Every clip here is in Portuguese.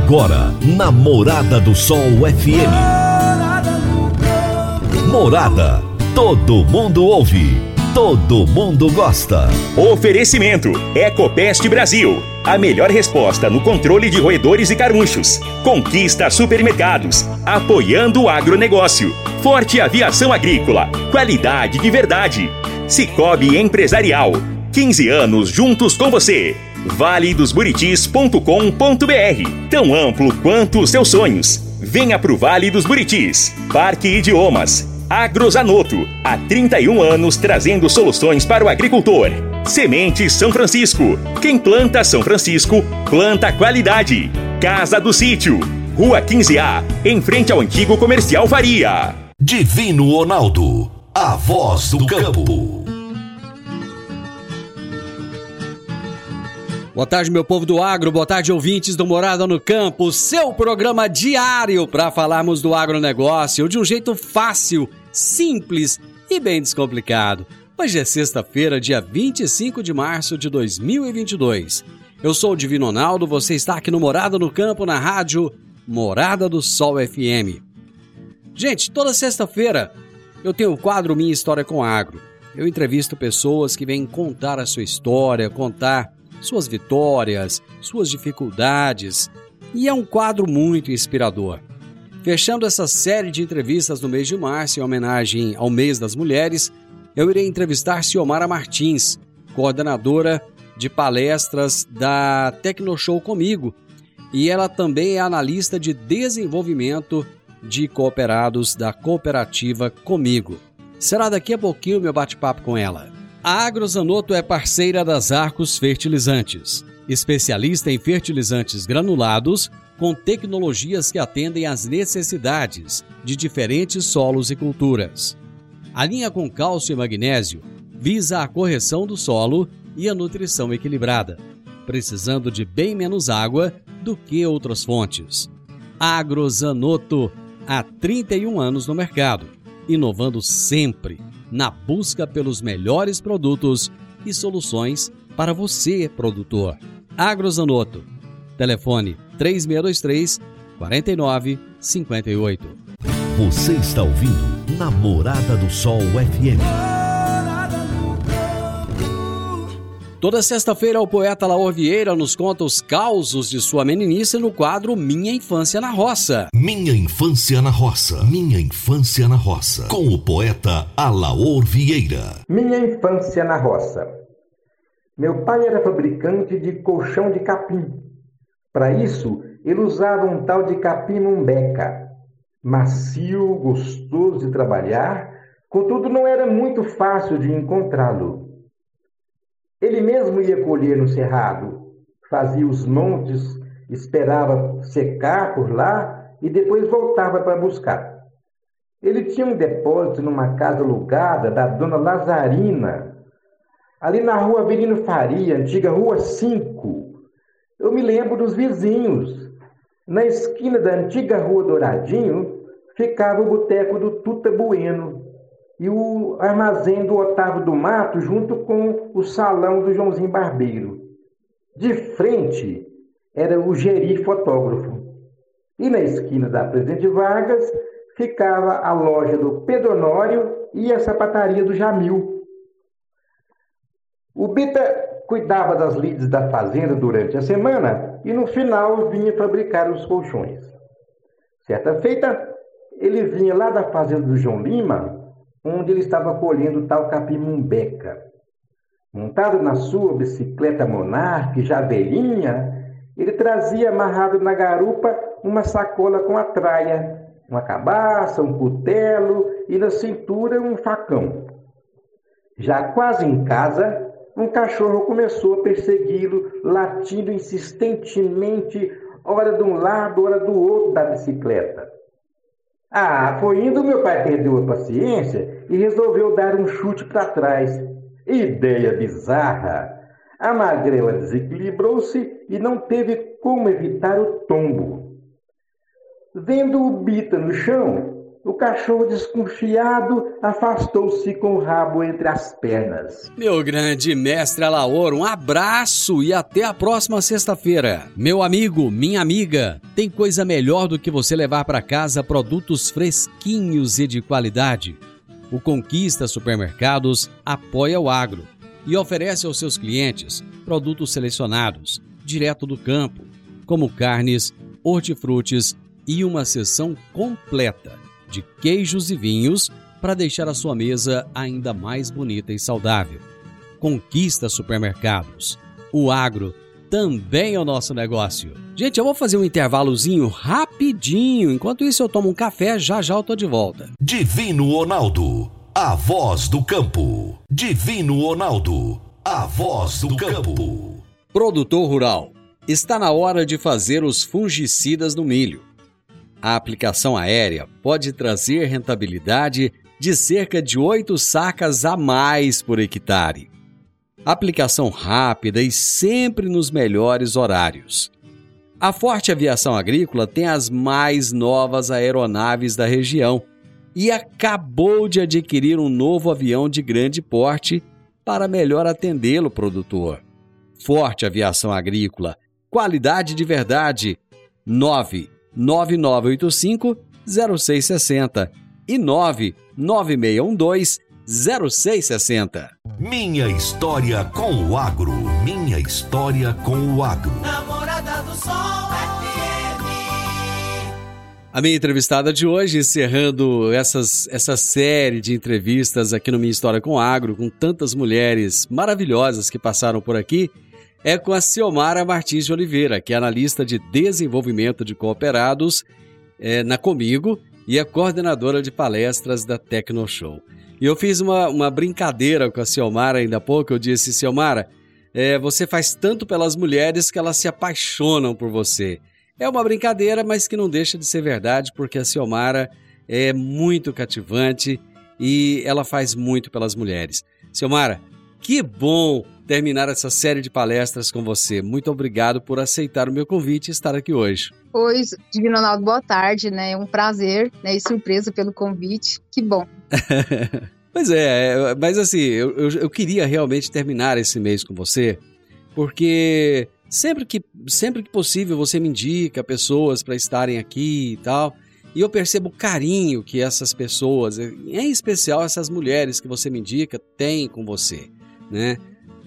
Agora, na Morada do Sol FM. Morada. Todo mundo ouve. Todo mundo gosta. Oferecimento: Ecopest Brasil. A melhor resposta no controle de roedores e carunchos. Conquista Supermercados. Apoiando o agronegócio. Forte Aviação Agrícola. Qualidade de verdade. Cicobi Empresarial. 15 anos juntos com você. valedosburitis.com.br. Tão amplo quanto os seus sonhos. Venha pro Vale dos Buritis. Parque Idiomas. Agrozanoto, há 31 anos trazendo soluções para o agricultor. Sementes São Francisco. Quem planta São Francisco, planta qualidade. Casa do Sítio, Rua 15A, em frente ao antigo Comercial Faria. Divino Ronaldo, a voz do campo. Boa tarde, meu povo do agro, boa tarde, ouvintes do Morada no Campo, seu programa diário para falarmos do agronegócio de um jeito fácil, simples e bem descomplicado. Hoje é sexta-feira, dia 25 de março de 2022. Eu sou o Divino Ronaldo, você está aqui no Morada no Campo, na rádio Morada do Sol FM. Gente, toda sexta-feira eu tenho o quadro Minha História com Agro. Eu entrevisto pessoas que vêm contar a sua história, contar suas vitórias, suas dificuldades, e é um quadro muito inspirador. Fechando essa série de entrevistas no mês de março, em homenagem ao mês das mulheres, eu irei entrevistar Ciomara Martins, coordenadora de palestras da Tecnoshow Comigo, e ela também é analista de desenvolvimento de cooperados da cooperativa Comigo. Será daqui a pouquinho o meu bate-papo com ela. A Agrozanoto é parceira das Arcos Fertilizantes, especialista em fertilizantes granulados com tecnologias que atendem às necessidades de diferentes solos e culturas. A linha com cálcio e magnésio visa a correção do solo e a nutrição equilibrada, precisando de bem menos água do que outras fontes. A Agrozanoto, há 31 anos no mercado, inovando sempre na busca pelos melhores produtos e soluções para você, produtor. Agrozanoto, telefone 3623-4958. Você está ouvindo Namorada do Sol FM. Toda sexta-feira, o poeta Laor Vieira nos conta os causos de sua meninice no quadro Minha Infância na Roça. Minha Infância na Roça. Minha Infância na Roça. Com o poeta Alaor Vieira. Minha infância na roça. Meu pai era fabricante de colchão de capim. Para isso, ele usava um tal de capim mumbeca. Macio, gostoso de trabalhar, contudo não era muito fácil de encontrá-lo. Ele mesmo ia colher no cerrado, fazia os montes, esperava secar por lá e depois voltava para buscar. Ele tinha um depósito numa casa alugada da dona Lazarina, ali na rua Avelino Faria, antiga Rua 5. Eu me lembro dos vizinhos. Na esquina da antiga Rua Douradinho ficava o boteco do Tuta Bueno e o armazém do Otávio do Mato junto com o salão do Joãozinho Barbeiro. De frente era o Geri fotógrafo. E na esquina da Presidente Vargas ficava a loja do Pedro Honório e a sapataria do Jamil. O Bita cuidava das lides da fazenda durante a semana e no final vinha fabricar os colchões. Certa feita, ele vinha lá da fazenda do João Lima, onde ele estava colhendo o tal capim mumbeca. Montado na sua bicicleta Monarch, já velhinha, ele trazia amarrado na garupa uma sacola com a traia, uma cabaça, um cutelo e na cintura um facão. Já quase em casa, um cachorro começou a persegui-lo, latindo insistentemente, ora de um lado, ora do outro da bicicleta. Foi indo, meu pai perdeu a paciência e resolveu dar um chute para trás. Ideia bizarra! A magrela desequilibrou-se e não teve como evitar o tombo. Vendo o Bita no chão, O cachorro desconfiado afastou-se com o rabo entre as pernas. Meu grande mestre Alaor, um abraço e até a próxima sexta-feira. Meu amigo, minha amiga, tem coisa melhor do que você levar para casa produtos fresquinhos e de qualidade. O Conquista Supermercados apoia o agro e oferece aos seus clientes produtos selecionados, direto do campo, como carnes, hortifrutis e uma seção completa de queijos e vinhos para deixar a sua mesa ainda mais bonita e saudável. Conquista Supermercados. O agro também é o nosso negócio. Gente, eu vou fazer um intervalozinho rapidinho. Enquanto isso, eu tomo um café, já eu tô de volta. Divino Ronaldo, a voz do campo. Divino Ronaldo, a voz do campo. Produtor rural, está na hora de fazer os fungicidas no milho. A aplicação aérea pode trazer rentabilidade de cerca de 8 sacas a mais por hectare. Aplicação rápida e sempre nos melhores horários. A Forte Aviação Agrícola tem as mais novas aeronaves da região e acabou de adquirir um novo avião de grande porte para melhor atendê-lo, produtor. Forte Aviação Agrícola, qualidade de verdade. 99985-0660 e 99612-0660. Minha história com o agro. Minha história com o agro. Namorada do Sol FM. A minha entrevistada de hoje, encerrando essa série de entrevistas aqui no Minha História com o Agro, com tantas mulheres maravilhosas que passaram por aqui, é com a Ciomara Martins de Oliveira, que é analista de desenvolvimento de cooperados na Comigo e é coordenadora de palestras da Tecnoshow. E eu fiz uma brincadeira com a Ciomara ainda há pouco. Eu disse: Ciomara, você faz tanto pelas mulheres que elas se apaixonam por você. É uma brincadeira, mas que não deixa de ser verdade, porque a Ciomara é muito cativante e ela faz muito pelas mulheres. Ciomara, que bom terminar essa série de palestras com você. Muito obrigado por aceitar o meu convite e estar aqui hoje. Oi, Divino Ronaldo, boa tarde, né? É um prazer, né? E surpresa pelo convite. Que bom. Pois mas assim, eu queria realmente terminar esse mês com você, porque sempre que possível você me indica pessoas para estarem aqui e tal, e eu percebo o carinho que essas pessoas, em especial essas mulheres que você me indica, têm com você, né?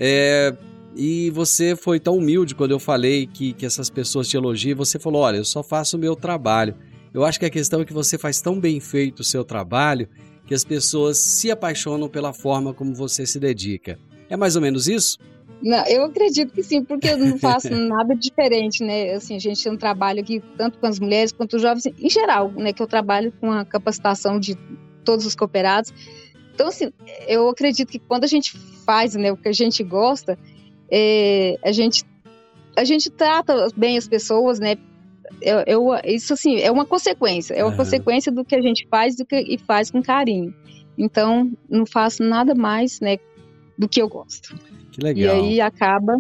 E você foi tão humilde quando eu falei que essas pessoas te elogiam. Você falou: olha, eu só faço o meu trabalho. Eu acho que a questão é que você faz tão bem feito o seu trabalho que as pessoas se apaixonam pela forma como você se dedica. É mais ou menos isso? Não, eu acredito que sim, porque eu não faço nada diferente, né? Assim, a gente tem um trabalho aqui tanto com as mulheres quanto os jovens, em geral, né? Que eu trabalho com a capacitação de todos os cooperados. Então, assim, eu acredito que quando a gente faz, né, o que a gente gosta, a gente trata bem as pessoas, né? Isso, assim, é uma consequência. É uma consequência do que a gente faz e faz com carinho. Então, não faço nada mais, né, do que eu gosto. Que legal. E aí acaba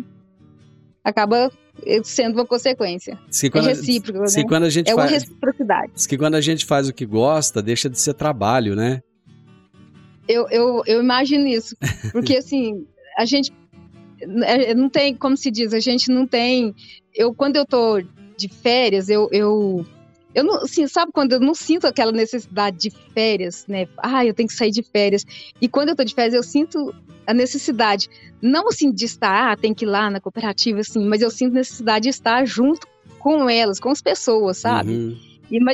sendo uma consequência. É recíproco, né? Uma reciprocidade. Diz que quando a gente faz o que gosta, deixa de ser trabalho, né? Eu imagino isso, porque assim, a gente não tem, como se diz, a gente não tem, quando eu tô de férias, eu não, assim, sabe quando eu não sinto aquela necessidade de férias, né, eu tenho que sair de férias, e quando eu tô de férias eu sinto a necessidade, não assim de estar, tem que ir lá na cooperativa, assim, mas eu sinto necessidade de estar junto com elas, com as pessoas, sabe? Uhum. Mas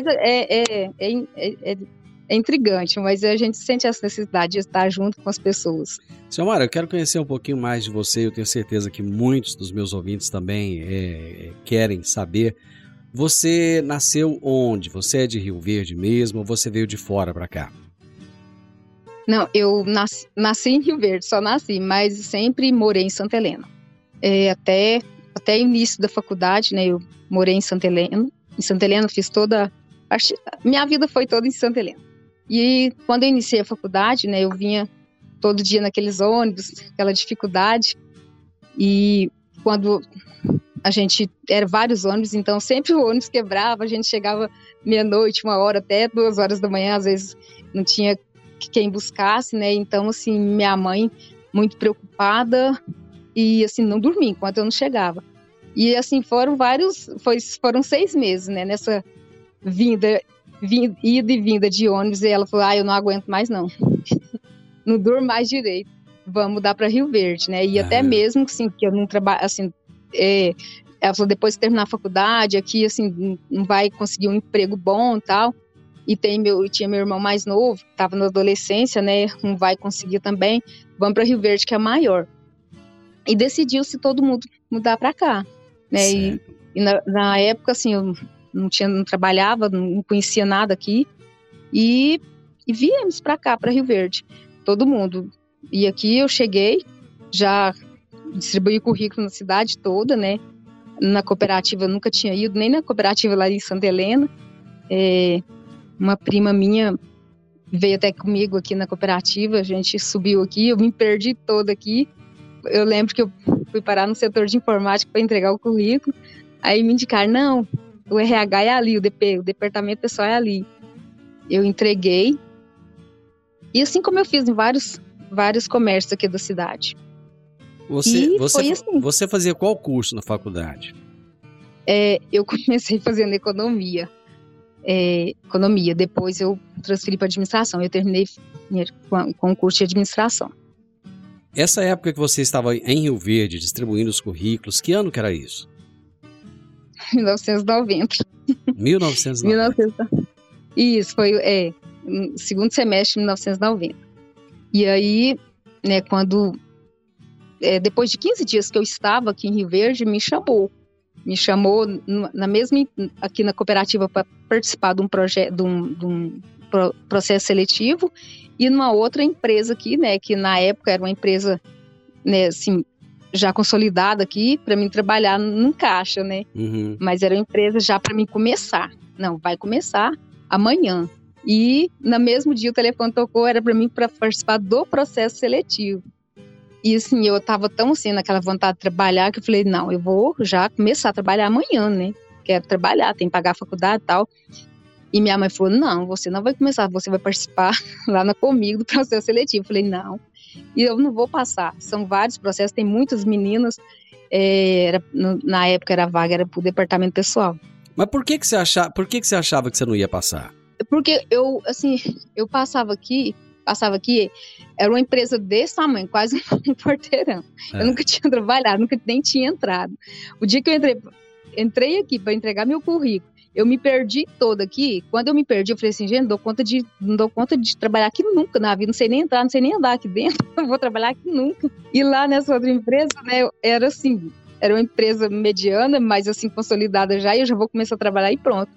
é intrigante, mas a gente sente essa necessidade de estar junto com as pessoas. Ciomara, eu quero conhecer um pouquinho mais de você. Eu tenho certeza que muitos dos meus ouvintes também querem saber. Você nasceu onde? Você é de Rio Verde mesmo ou você veio de fora para cá? Não, eu nasci em Rio Verde, só nasci, mas sempre morei em Santa Helena. Até o início da faculdade, né, eu morei em Santa Helena. Em Santa Helena fiz minha vida foi toda em Santa Helena. E quando eu iniciei a faculdade, né, eu vinha todo dia naqueles ônibus, aquela dificuldade. E quando a gente era vários ônibus, então sempre o ônibus quebrava, a gente chegava meia-noite, 1h, até 2h da manhã, às vezes não tinha quem buscasse, né? Então, assim, minha mãe muito preocupada e, assim, não dormia enquanto eu não chegava. E, assim, foram 6 meses, né? Nessa ida e vinda de ônibus, e ela falou, eu não aguento mais, não. Não durmo mais direito. Vamos mudar para Rio Verde, né? E até mesmo, assim, que eu não trabalho, assim, ela falou, depois de terminar a faculdade, aqui, assim, não vai conseguir um emprego bom e tal. E tinha meu irmão mais novo, que estava na adolescência, né? Não vai conseguir também. Vamos para Rio Verde, que é maior. E decidiu-se todo mundo mudar para cá, né? E na época, assim, eu não trabalhava, não conhecia nada aqui. E viemos para cá, para Rio Verde. Todo mundo. E aqui eu cheguei, já distribuí currículo na cidade toda, né? Na cooperativa eu nunca tinha ido, nem na cooperativa lá em Santa Helena. Uma prima minha veio até comigo aqui na cooperativa, a gente subiu aqui, eu me perdi toda aqui. Eu lembro que eu fui parar no setor de informática para entregar o currículo, aí me indicaram, não, o RH é ali, o departamento pessoal é ali. Eu entreguei, e assim como eu fiz em vários comércios aqui da cidade. Você fazia qual curso na faculdade? Eu comecei fazendo economia, depois eu transferi para administração, eu terminei com o curso de administração. Essa época que você estava em Rio Verde distribuindo os currículos, que ano que era isso? 1990. 1990. Isso, foi segundo semestre de 1990. E aí, né, depois de 15 dias que eu estava aqui em Rio Verde, me chamou aqui na cooperativa para participar de um processo seletivo, e numa outra empresa aqui, né, que na época era uma empresa, né, assim, já consolidada aqui, para mim trabalhar num caixa, né? Uhum. Mas era uma empresa já para mim começar. Não, vai começar amanhã. E no mesmo dia o telefone tocou, era para mim para participar do processo seletivo. E assim, eu tava tão assim, naquela vontade de trabalhar, que eu falei, não, eu vou já começar a trabalhar amanhã, né? Quero trabalhar, tem que pagar a faculdade e tal. E minha mãe falou, não, você não vai começar, você vai participar lá comigo do processo seletivo. Eu falei, não, e eu não vou passar. São vários processos, tem muitas meninas, na época a vaga era pro departamento pessoal. Mas por que você achava que você não ia passar? Porque eu passava aqui, era uma empresa desse tamanho, quase um quarteirão. Eu nunca tinha trabalhado, nunca nem tinha entrado. O dia que eu entrei aqui para entregar meu currículo, eu me perdi toda aqui. Quando eu me perdi, eu falei assim, gente, não dou conta de trabalhar aqui nunca na vida, não sei nem entrar, não sei nem andar aqui dentro, não vou trabalhar aqui nunca. E lá nessa outra empresa, né, era assim, era uma empresa mediana, mas assim, consolidada já, e eu já vou começar a trabalhar e pronto.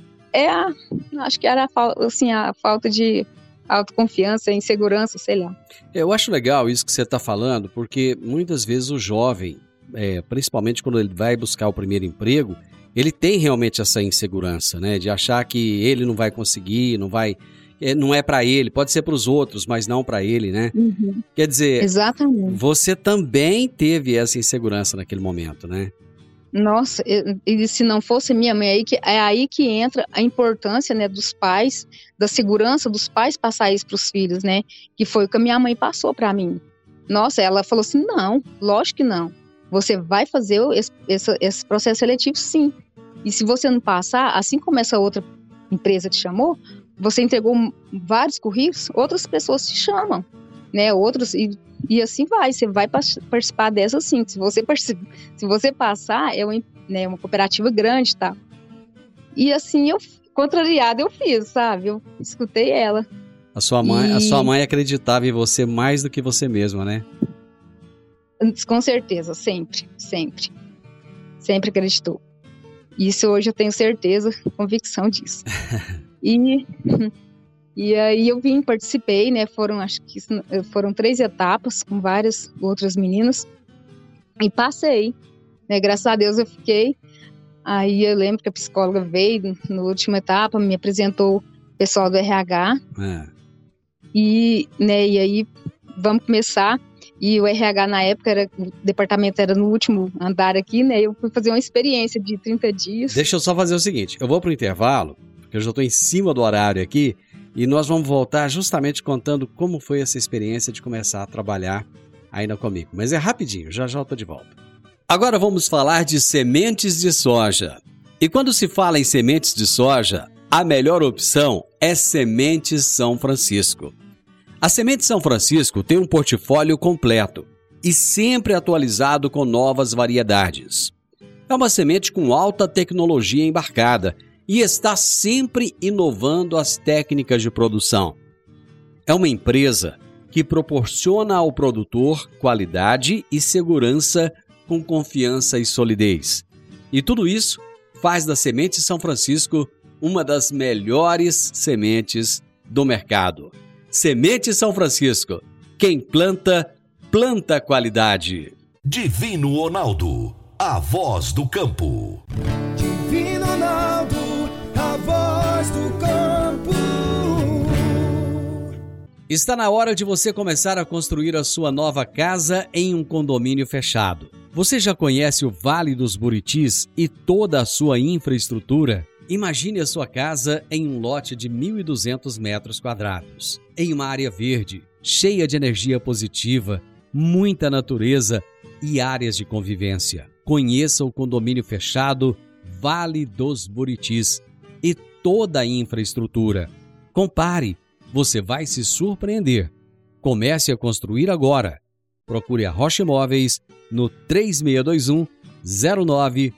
Acho que era a falta de autoconfiança, insegurança, sei lá. Eu acho legal isso que você está falando, porque muitas vezes o jovem, principalmente quando ele vai buscar o primeiro emprego, ele tem realmente essa insegurança, né? De achar que ele não vai conseguir, não é para ele, pode ser para os outros, mas não para ele, né? Uhum. Quer dizer, exatamente. Você também teve essa insegurança naquele momento, né? Nossa, e se não fosse minha mãe, é aí que entra a importância, né, dos pais, da segurança dos pais passar isso para os filhos, né? Que foi o que a minha mãe passou para mim. Nossa, ela falou assim, não, lógico que não. Você vai fazer esse processo seletivo, sim. E se você não passar, assim como essa outra empresa te chamou, você entregou vários currículos, outras pessoas te chamam, né? Outros, e assim você vai participar dessa sim. Se você passar, é uma cooperativa grande, tá? E assim, contrariada, eu fiz, sabe? Eu escutei ela. A sua mãe acreditava em você mais do que você mesma, né? Com certeza, sempre acreditou. Isso hoje eu tenho certeza, convicção disso. E aí eu participei, né? Foram 3 etapas com várias outras meninas e passei, né? Graças a Deus eu fiquei. Aí eu lembro que a psicóloga veio na última etapa, me apresentou o pessoal do RH. E aí vamos começar. E o RH na época, o departamento era no último andar aqui, né? Eu fui fazer uma experiência de 30 dias. Deixa eu só fazer o seguinte, eu vou pro intervalo, porque eu já estou em cima do horário aqui, e nós vamos voltar justamente contando como foi essa experiência de começar a trabalhar ainda comigo. Mas é rapidinho, já eu tô de volta. Agora vamos falar de sementes de soja. E quando se fala em sementes de soja, a melhor opção é Sementes São Francisco. A Semente São Francisco tem um portfólio completo e sempre atualizado com novas variedades. É uma semente com alta tecnologia embarcada e está sempre inovando as técnicas de produção. É uma empresa que proporciona ao produtor qualidade e segurança com confiança e solidez. E tudo isso faz da Semente São Francisco uma das melhores sementes do mercado. Semente São Francisco. Quem planta, planta qualidade. Divino Ronaldo, a voz do campo. Divino Ronaldo, a voz do campo. Está na hora de você começar a construir a sua nova casa em um condomínio fechado. Você já conhece o Vale dos Buritis e toda a sua infraestrutura? Imagine a sua casa em um lote de 1.200 metros quadrados, em uma área verde, cheia de energia positiva, muita natureza e áreas de convivência. Conheça o condomínio fechado Vale dos Buritis e toda a infraestrutura. Compare, você vai se surpreender. Comece a construir agora. Procure a Rocha Imóveis no 3621-0943.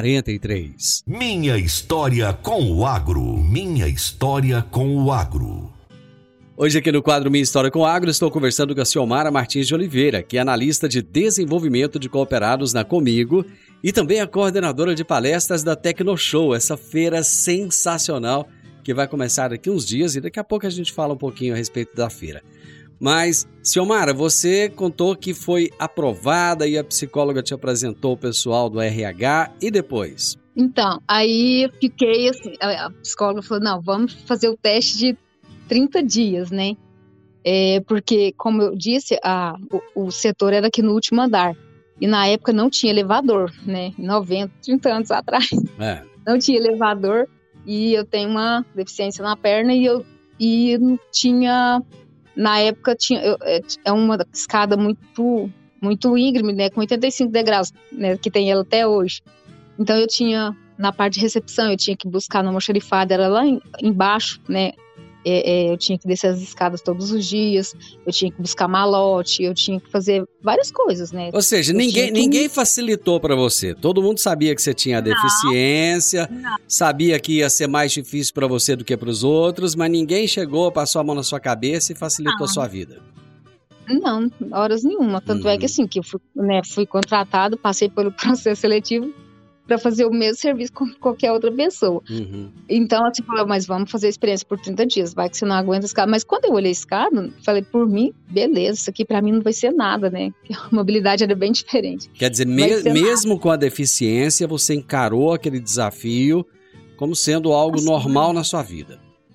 Minha história com o agro. Minha história com o agro. Hoje aqui no quadro Minha História com o Agro, estou conversando com a Ciomara Martins de Oliveira, que é analista de desenvolvimento de cooperados na Comigo e também a coordenadora de palestras da Tecnoshow, essa feira sensacional que vai começar daqui uns dias e daqui a pouco a gente fala um pouquinho a respeito da feira. Mas, Ciomara, você contou que foi aprovada e a psicóloga te apresentou o pessoal do RH e depois? Então, aí eu fiquei assim, a psicóloga falou, não, vamos fazer o teste de 30 dias, né? Porque, como eu disse, o setor era aqui no último andar. E na época não tinha elevador, né? 30 anos atrás. Não tinha elevador e eu tenho uma deficiência na perna e não tinha... Na época é uma escada muito íngreme, né, com 85 degraus, né, que tem ela até hoje. Então eu tinha, na parte de recepção, eu tinha que buscar no almoxarifado, era lá embaixo, né, eu tinha que descer as escadas todos os dias, eu tinha que buscar malote, eu tinha que fazer várias coisas, né. Ou seja, ninguém facilitou para você, todo mundo sabia que você tinha deficiência, sabia que ia ser mais difícil para você do que para os outros, mas ninguém chegou, passou a mão na sua cabeça e facilitou a sua vida. Não, horas nenhuma, tanto é que assim, que eu fui contratado, passei pelo processo seletivo, para fazer o mesmo serviço com qualquer outra pessoa. Então, ela falou, mas vamos fazer a experiência por 30 dias, vai que você não aguenta a escada. Mas quando eu olhei a escada, falei, por mim, beleza, isso aqui para mim não vai ser nada, né? Porque a mobilidade era bem diferente. Quer dizer, mesmo com a deficiência, você encarou aquele desafio como sendo algo normal na sua vida.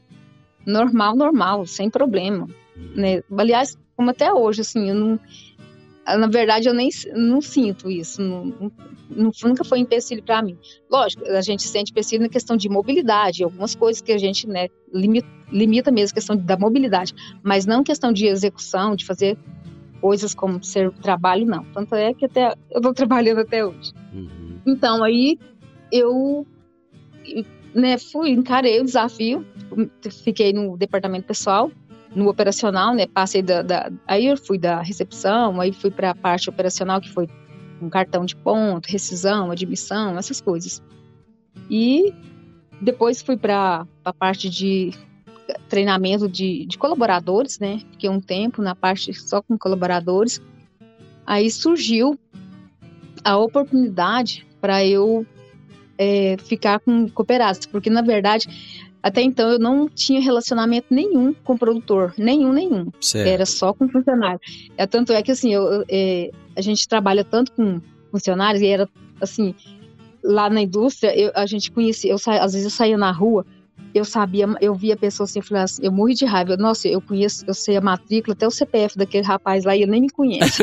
Normal, sem problema. Né? Aliás, como até hoje, assim, eu não... Na verdade, eu não sinto isso, nunca foi empecilho para mim. Lógico, a gente sente empecilho na questão de mobilidade, algumas coisas que a gente, né, limita mesmo a questão da mobilidade, mas não questão de execução, de fazer coisas como ser trabalho, não. Tanto é que até eu estou trabalhando até hoje. Então, aí eu, né, encarei o desafio, fiquei no departamento pessoal, no operacional, né, passei aí eu fui da recepção, aí fui para a parte operacional, que foi um cartão de ponto, rescisão, admissão, essas coisas. E depois fui para a parte de treinamento de colaboradores, né, fiquei um tempo na parte só com colaboradores. Aí surgiu a oportunidade para eu ficar com cooperados, porque na verdade... Até então, eu não tinha relacionamento nenhum com o produtor, nenhum. Certo. Era só com funcionário. Tanto é que, assim, a gente trabalha tanto com funcionários, e era, assim, lá na indústria, a gente conhecia, às vezes eu saía na rua, eu via a pessoa assim, eu morri de raiva. Nossa, eu sei a matrícula, até o CPF daquele rapaz lá, e ele nem me conhece.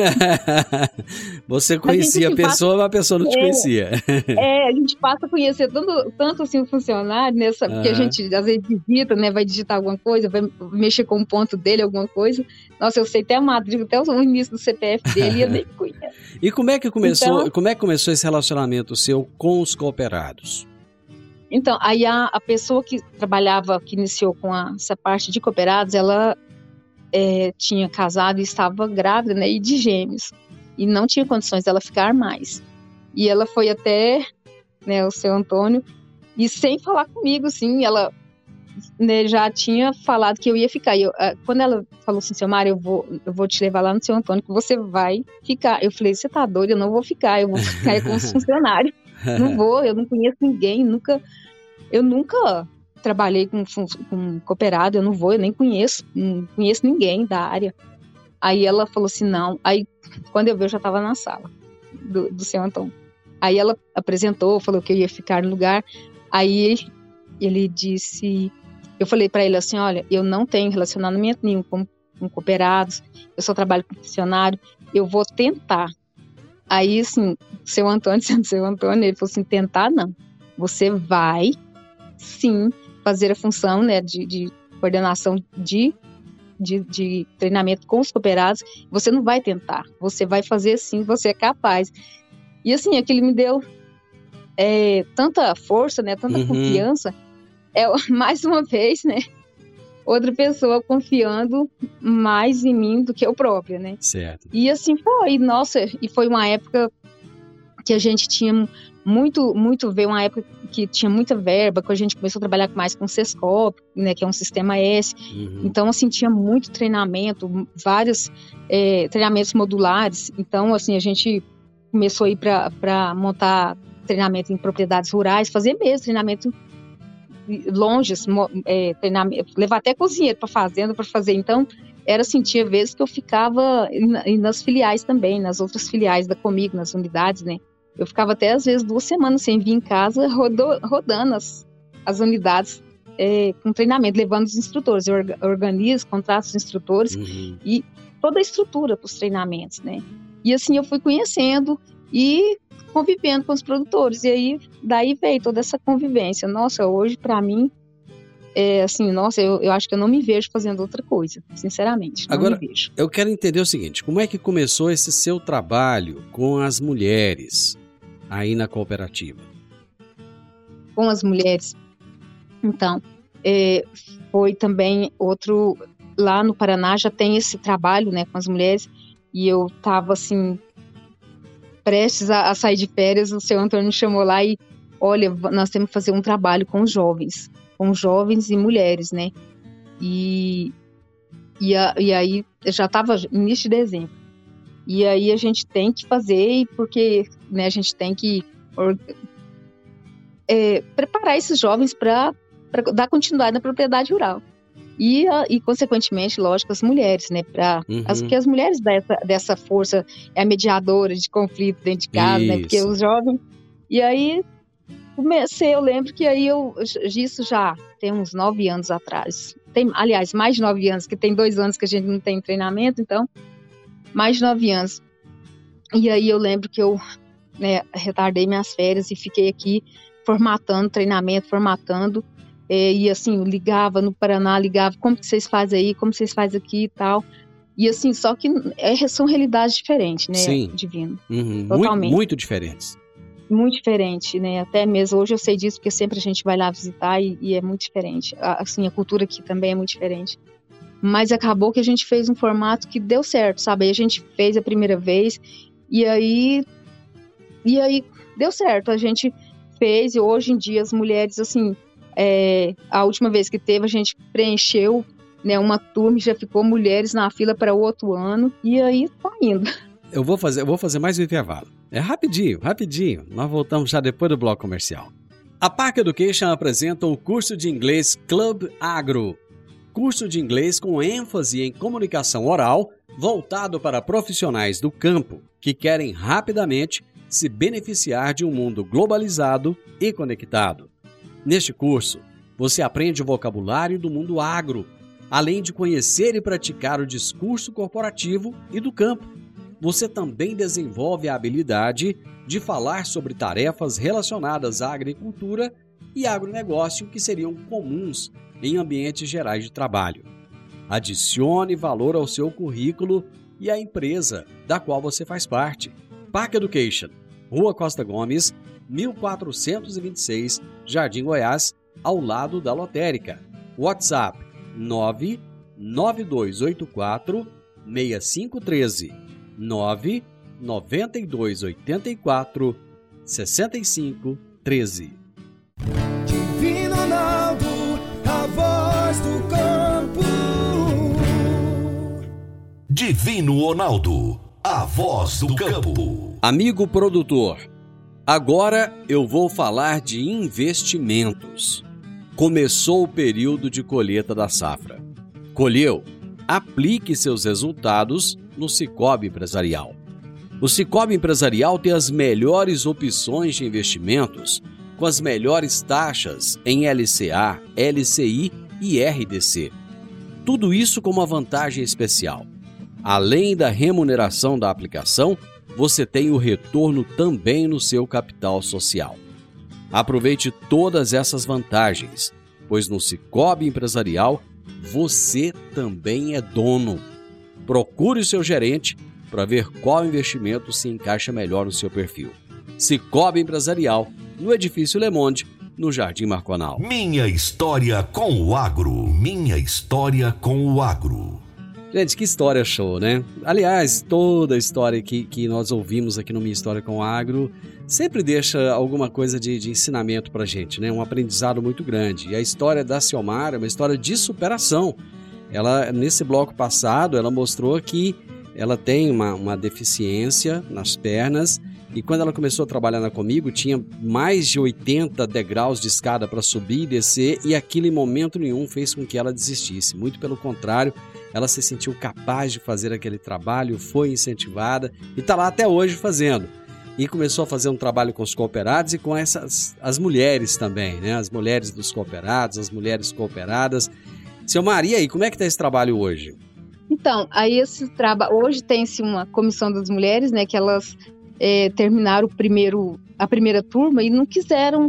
Você conhecia a pessoa, mas a pessoa não te conhecia. A gente passa a conhecer tanto assim o funcionário, né? Porque a gente às vezes digita, né? Vai digitar alguma coisa, vai mexer com o ponto dele, alguma coisa. Nossa, eu sei até a matrícula, até o início do CPF dele, e eu nem me conheço. E como é que começou esse relacionamento seu com os cooperados? Então, aí a pessoa que iniciou com essa parte de cooperados, ela tinha casado e estava grávida, né, e de gêmeos, e não tinha condições dela ficar mais. E ela foi até, né, o seu Antônio, e sem falar comigo, assim, ela, né, já tinha falado que eu ia ficar. Quando ela falou assim, seu Mário, eu vou te levar lá no seu Antônio, que você vai ficar. Eu falei, você tá doido? Eu não vou ficar, eu vou ficar com os funcionários. Não vou, eu não conheço ninguém, eu nunca trabalhei com cooperado, eu nem conheço ninguém da área. Aí ela falou assim, não. Aí quando eu vi, eu já estava na sala do seu Antônio. Aí ela apresentou, falou que eu ia ficar no lugar. Aí ele disse, eu falei para ele assim, olha, eu não tenho relacionamento nenhum com cooperados, eu só trabalho com funcionário, eu vou tentar. Aí, assim, seu Antônio, ele falou assim, tentar não. Você vai, sim, fazer a função, né, de coordenação de treinamento com os cooperados. Você não vai tentar, você vai fazer sim, você é capaz. E, assim, aquilo me deu tanta força, né, tanta confiança. Mais uma vez, né, outra pessoa confiando mais em mim do que eu própria, né? Certo. E assim foi, nossa, e foi uma época que a gente tinha uma época que tinha muita verba, que a gente começou a trabalhar mais com o Sescop, né, que é um sistema S. Então, assim, tinha muito treinamento, vários treinamentos modulares. Então, assim, a gente começou a ir para montar treinamento em propriedades rurais, fazer mesmo treinamento longes, levar até cozinheiro para fazenda para fazer. Então, era assim, tinha vezes que eu ficava nas filiais também, nas outras filiais da Comigo, nas unidades, né? Eu ficava até, às vezes, 2 semanas sem vir em casa, rodando as unidades com treinamento, levando os instrutores. Eu organizo, contrato os instrutores e toda a estrutura para os treinamentos, né? E assim, eu fui conhecendo e convivendo com os produtores. E aí, daí veio toda essa convivência. Nossa, hoje, para mim, assim, nossa, eu acho que eu não me vejo fazendo outra coisa, sinceramente. Agora, me vejo. Eu quero entender o seguinte, como é que começou esse seu trabalho com as mulheres aí na cooperativa? Com as mulheres, então, foi também outro, lá no Paraná já tem esse trabalho, né, com as mulheres, e eu tava, assim, prestes a sair de férias, o seu Antônio me chamou lá e, olha, nós temos que fazer um trabalho com jovens e mulheres, né? E aí, já estava início de dezembro. E aí a gente tem que fazer, porque, né, a gente tem que preparar esses jovens para dar continuidade na propriedade rural. E consequentemente, lógico, as mulheres, né? Porque as mulheres dessa força é a mediadora de conflito dentro de casa, né? Porque os jovens... E aí, eu lembro que aí isso já tem uns 9 anos atrás. Aliás, mais de 9 anos, que tem 2 anos que a gente não tem treinamento, então, mais de 9 anos. E aí eu lembro que eu, né, retardei minhas férias e fiquei aqui formatando treinamento, e assim, ligava no Paraná, como que vocês fazem aí, como vocês fazem aqui e tal. E assim, só que são realidades diferentes, né? Sim. Divino. Totalmente. Muito diferentes. Muito diferente, né? Até mesmo hoje eu sei disso, porque sempre a gente vai lá visitar e é muito diferente. Assim, a cultura aqui também é muito diferente. Mas acabou que a gente fez um formato que deu certo, sabe? Aí a gente fez a primeira vez e aí deu certo. A gente fez e hoje em dia as mulheres, assim, a última vez que teve, a gente preencheu, né, uma turma e já ficou mulheres na fila para o outro ano e aí tá indo. Eu vou fazer mais um intervalo. É rapidinho. Nós voltamos já depois do bloco comercial. A Park Education apresenta o curso de inglês Club Agro. Curso de inglês com ênfase em comunicação oral, voltado para profissionais do campo que querem rapidamente se beneficiar de um mundo globalizado e conectado. Neste curso, Você aprende o vocabulário do mundo agro, além de conhecer e praticar o discurso corporativo e do campo. Você também desenvolve a habilidade de falar sobre tarefas relacionadas à agricultura e agronegócio que seriam comuns em ambientes gerais de trabalho. Adicione valor ao seu currículo e à empresa da qual você faz parte. Park Education, Rua Costa Gomes, 1426, Jardim Goiás, ao lado da lotérica. WhatsApp 99284 6513 99284 6513. Divino Ronaldo, a voz do campo. Divino Ronaldo, a voz do campo. Amigo produtor, agora eu vou falar de investimentos. Começou o período de colheita da safra. Colheu? Aplique seus resultados no Sicoob Empresarial. O Sicoob Empresarial tem as melhores opções de investimentos, com as melhores taxas em LCA, LCI e RDC. Tudo isso com uma vantagem especial. Além da remuneração da aplicação, você tem o retorno também no seu capital social. Aproveite todas essas vantagens, pois no Sicoob Empresarial você também é dono. Procure o seu gerente para ver qual investimento se encaixa melhor no seu perfil. Sicoob Empresarial, no Edifício Le Monde, no Jardim Marconal. Minha história com o agro. Minha história com o agro. Gente, que história show, né? Aliás, toda a história que nós ouvimos aqui no Minha História com o Agro sempre deixa alguma coisa de ensinamento pra gente, né? Um aprendizado muito grande. E a história da Ciomara é uma história de superação. Ela, nesse bloco passado, ela mostrou que ela tem uma deficiência nas pernas e quando ela começou a trabalhar comigo, tinha mais de 80 degraus de escada para subir e descer e aquilo em momento nenhum fez com que ela desistisse. Muito pelo contrário, ela se sentiu capaz de fazer aquele trabalho, foi incentivada e está lá até hoje fazendo. E começou a fazer um trabalho com os cooperados e com as mulheres também, né? As mulheres dos cooperados, as mulheres cooperadas. Seu Maria, e como é que está esse trabalho hoje? Então, aí hoje tem-se uma comissão das mulheres, né? Que elas terminaram a primeira turma e não quiseram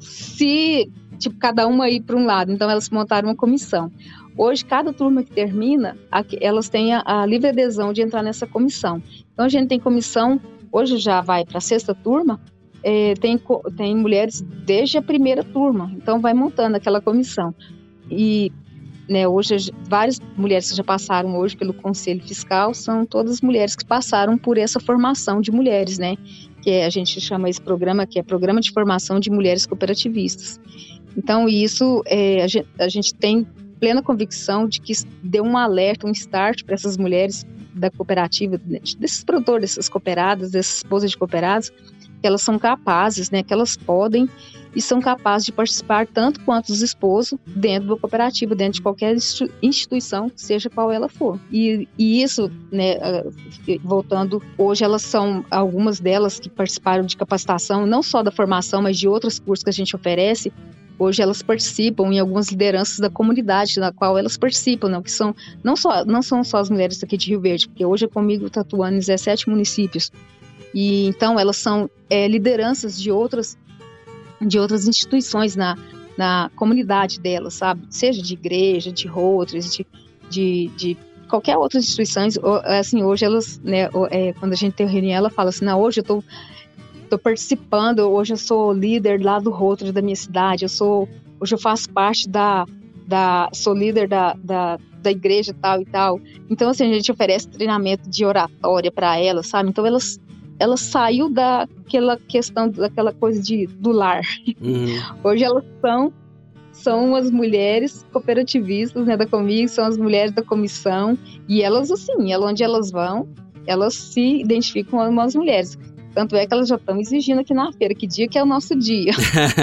cada uma ir para um lado. Então, elas montaram uma comissão. Hoje, cada turma que termina, elas têm a livre adesão de entrar nessa comissão. Então, a gente tem comissão, hoje já vai para a 6ª turma, tem mulheres desde a primeira turma. Então, vai montando aquela comissão. E hoje, várias mulheres que já passaram hoje pelo Conselho Fiscal são todas mulheres que passaram por essa formação de mulheres, né? Que a gente chama esse programa, que é Programa de Formação de Mulheres Cooperativistas. Então, isso a gente tem plena convicção de que deu um alerta, um start para essas mulheres da cooperativa, desses produtores, dessas cooperadas, dessas esposas de cooperados, que elas são capazes, né? Que elas podem e são capazes de participar tanto quanto os esposos dentro da cooperativa, dentro de qualquer instituição, seja qual ela for. E isso, né, voltando, hoje elas são, algumas delas que participaram de capacitação, não só da formação, mas de outros cursos que a gente oferece, hoje elas participam em algumas lideranças da comunidade na qual elas participam, né, que são, não são só as mulheres aqui de Rio Verde, porque hoje é comigo está atuando em 17 municípios. E então elas são lideranças de outras instituições na comunidade delas, sabe? Seja de igreja, de Rotaries, de qualquer outra instituição. Assim, hoje elas, né, quando a gente tem reunião, ela fala assim, não, hoje eu tô participando, hoje eu sou líder lá do Rotary da minha cidade, hoje eu faço parte sou líder da igreja tal e tal. Então, assim, a gente oferece treinamento de oratória para elas, sabe? Então, elas saiu daquela questão, daquela coisa do lar. Hoje elas são as mulheres cooperativistas, né, da Comig, são as mulheres da comissão, e elas, assim, onde elas vão, elas se identificam como as mulheres. Tanto é que elas já estão exigindo aqui na feira, que dia que é o nosso dia.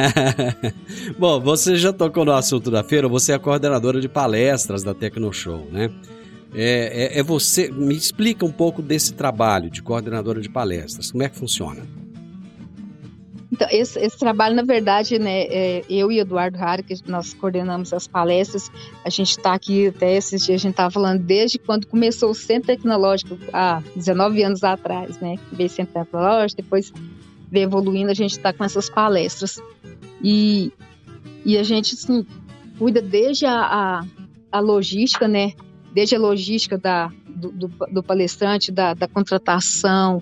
Bom, você já tocou no assunto da feira, você é a coordenadora de palestras da Tecnoshow, né? Você, me explica um pouco desse trabalho de coordenadora de palestras, como é que funciona? Então, esse trabalho, na verdade, né, eu e Eduardo Hara, que nós coordenamos as palestras, a gente está aqui, até esses dias a gente estava falando, desde quando começou o Centro Tecnológico, há 19 anos atrás, né, que veio o Centro Tecnológico, depois veio evoluindo, a gente está com essas palestras. E a gente, assim, cuida desde a logística, né, desde a logística do palestrante, da contratação,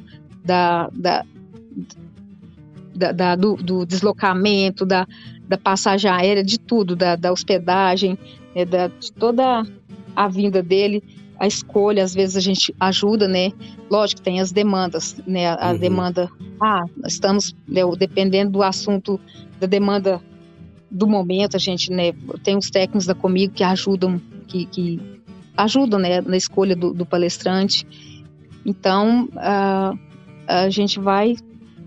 do deslocamento, da passagem aérea, de tudo, da hospedagem, de toda a vinda dele, a escolha, às vezes a gente ajuda, né? Lógico, tem as demandas, né? A demanda, estamos, né, dependendo do assunto, da demanda do momento, a gente, né, tem os técnicos da Comigo que ajudam, que ajudam, né, na escolha do palestrante. Então, a gente vai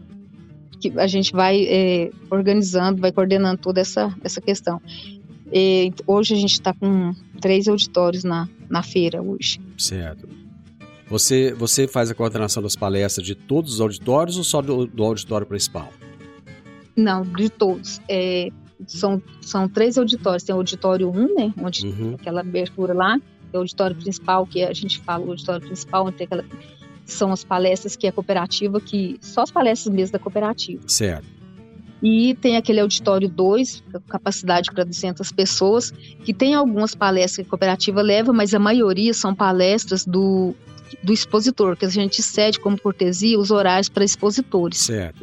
organizando, vai coordenando toda essa questão. Hoje a gente está com 3 auditórios na feira hoje. Certo. Você faz a coordenação das palestras de todos os auditórios ou só do auditório principal? Não, de todos. São 3 auditórios. Tem o auditório 1, né, onde tem aquela abertura lá. Tem o auditório principal, que a gente fala o auditório principal, onde tem aquela... São as palestras que é cooperativa, só as palestras mesmo da cooperativa. Certo. E tem aquele auditório 2, capacidade para 200 pessoas, que tem algumas palestras que a cooperativa leva, mas a maioria são palestras do expositor, que a gente cede como cortesia os horários para expositores. Certo.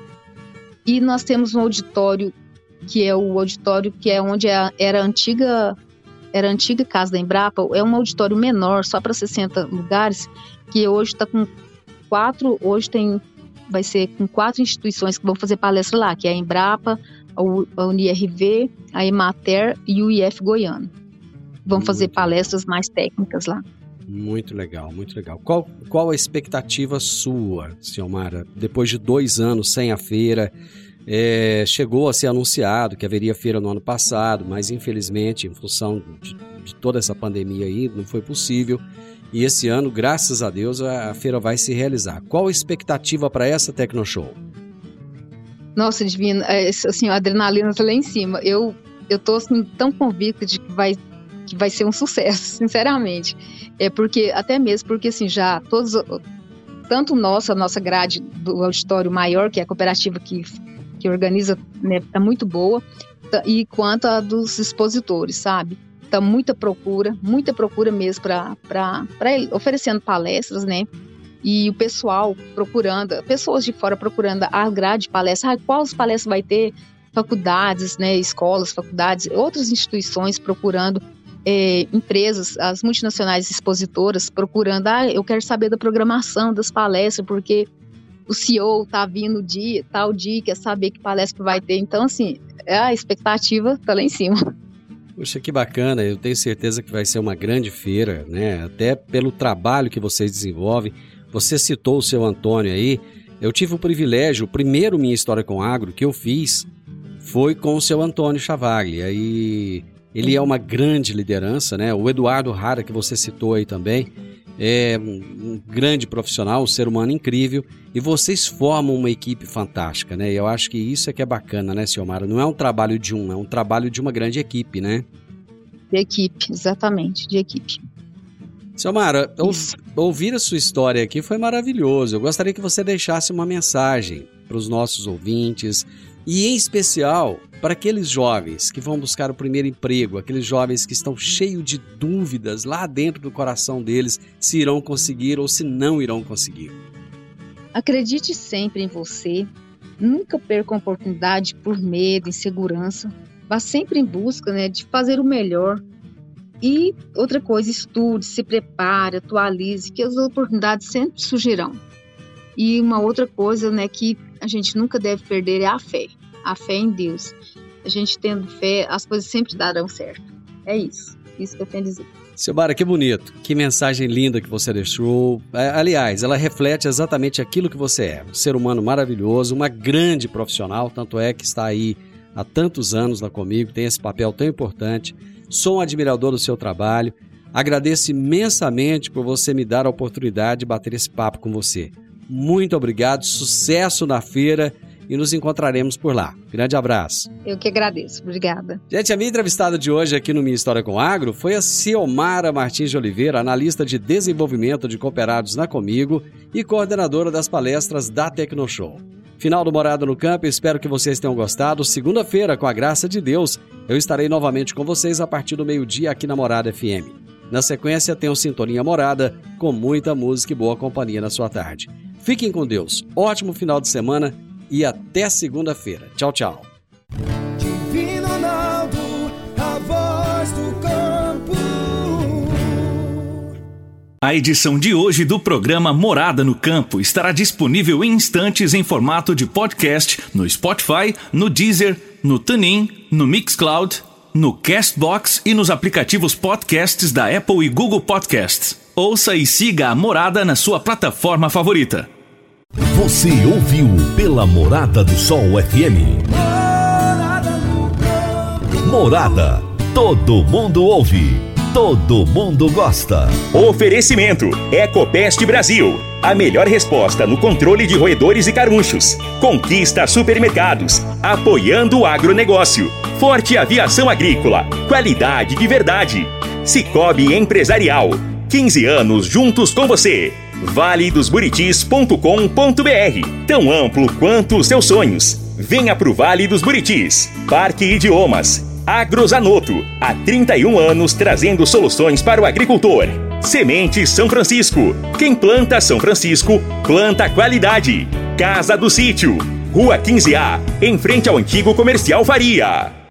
E nós temos um auditório, que é o auditório que é onde era a antiga casa da Embrapa, é um auditório menor, só para 60 lugares, que hoje está com 4, vai ser com 4 instituições que vão fazer palestra lá, que é a Embrapa, a UniRV, a Emater e o IF Goiano. Vão fazer palestras mais técnicas lá. Muito legal, muito legal. Qual a expectativa sua, Ciomara, depois de 2 anos sem a feira? Chegou a ser anunciado que haveria feira no ano passado, mas infelizmente, em função de toda essa pandemia aí, não foi possível. E esse ano, graças a Deus, a feira vai se realizar. Qual a expectativa para essa Tecnoshow? Nossa, Divino, assim, a adrenalina está lá em cima. Eu tô assim, tão convicta de que vai ser um sucesso, sinceramente. Até mesmo porque assim, já todos, tanto a nossa grade do auditório maior, que é a cooperativa que organiza, né, é muito boa, e quanto a dos expositores, sabe? Tá muita procura mesmo para oferecendo palestras, né? E o pessoal pessoas de fora procurando a grade de palestras, quais palestras vai ter? Faculdades, né? Escolas, faculdades, outras instituições procurando, empresas, as multinacionais expositoras procurando, eu quero saber da programação das palestras, porque o CEO tá vindo tal dia, quer saber que palestra que vai ter. Então, assim, a expectativa tá lá em cima. Puxa, que bacana, eu tenho certeza que vai ser uma grande feira, né? Até pelo trabalho que vocês desenvolvem. Você citou o seu Antônio aí, eu tive o privilégio, o primeiro Minha História com Agro que eu fiz foi com o seu Antônio Chavagli, aí ele é uma grande liderança, né? O Eduardo Hara, que você citou aí também, é um grande profissional, um ser humano incrível, e vocês formam uma equipe fantástica, né? E eu acho que isso é que é bacana, né, Ciomara? Não é um trabalho de é um trabalho de uma grande equipe, né? De equipe, exatamente, de equipe. Ciomara, ouvir a sua história aqui foi maravilhoso. Eu gostaria que você deixasse uma mensagem para os nossos ouvintes, e em especial para aqueles jovens que vão buscar o primeiro emprego, aqueles jovens que estão cheios de dúvidas lá dentro do coração deles, se irão conseguir ou se não irão conseguir. Acredite sempre em você, nunca perca a oportunidade por medo, insegurança, vá sempre em busca, né, de fazer o melhor. E outra coisa, estude, se prepare, atualize, que as oportunidades sempre surgirão. E uma outra coisa, né, que a gente nunca deve perder é a fé em Deus. A gente tendo fé, as coisas sempre darão certo. É isso que eu tenho a dizer. Ciomara, que bonito, que mensagem linda que você deixou. Aliás, ela reflete exatamente aquilo que você é, um ser humano maravilhoso, uma grande profissional, tanto é que está aí há tantos anos lá comigo, tem esse papel tão importante. Sou um admirador do seu trabalho, agradeço imensamente por você me dar a oportunidade de bater esse papo com você. Muito obrigado, sucesso na feira e nos encontraremos por lá. Grande abraço. Eu que agradeço. Obrigada. Gente, a minha entrevistada de hoje aqui no Minha História com Agro foi a Ciomara Martins de Oliveira, analista de desenvolvimento de cooperados na Comigo e coordenadora das palestras da Tecnoshow. Final do Morada no Campo, espero que vocês tenham gostado. Segunda-feira, com a graça de Deus, eu estarei novamente com vocês a partir do meio-dia aqui na Morada FM. Na sequência, tem o Sintonia Morada, com muita música e boa companhia na sua tarde. Fiquem com Deus, ótimo final de semana e até segunda-feira. Tchau, tchau. Divino Ronaldo, a voz do campo. A edição de hoje do programa Morada no Campo estará disponível em instantes em formato de podcast no Spotify, no Deezer, no TuneIn, no Mixcloud, no Castbox e nos aplicativos podcasts da Apple e Google Podcasts. Ouça e siga a Morada na sua plataforma favorita. Você ouviu pela Morada do Sol FM. Morada. Todo mundo ouve. Todo mundo gosta. Oferecimento Ecopest Brasil. A melhor resposta no controle de roedores e carunchos. Conquista Supermercados. Apoiando o agronegócio. Forte Aviação Agrícola. Qualidade de verdade. Cicobi Empresarial. 15 anos juntos com você. valedosburitis.com.br. Tão amplo quanto os seus sonhos. Venha pro Vale dos Buritis. Parque Idiomas. Agrozanoto, há 31 anos trazendo soluções para o agricultor. Sementes São Francisco. Quem planta São Francisco, planta qualidade. Casa do Sítio, Rua 15A, em frente ao antigo Comercial Faria.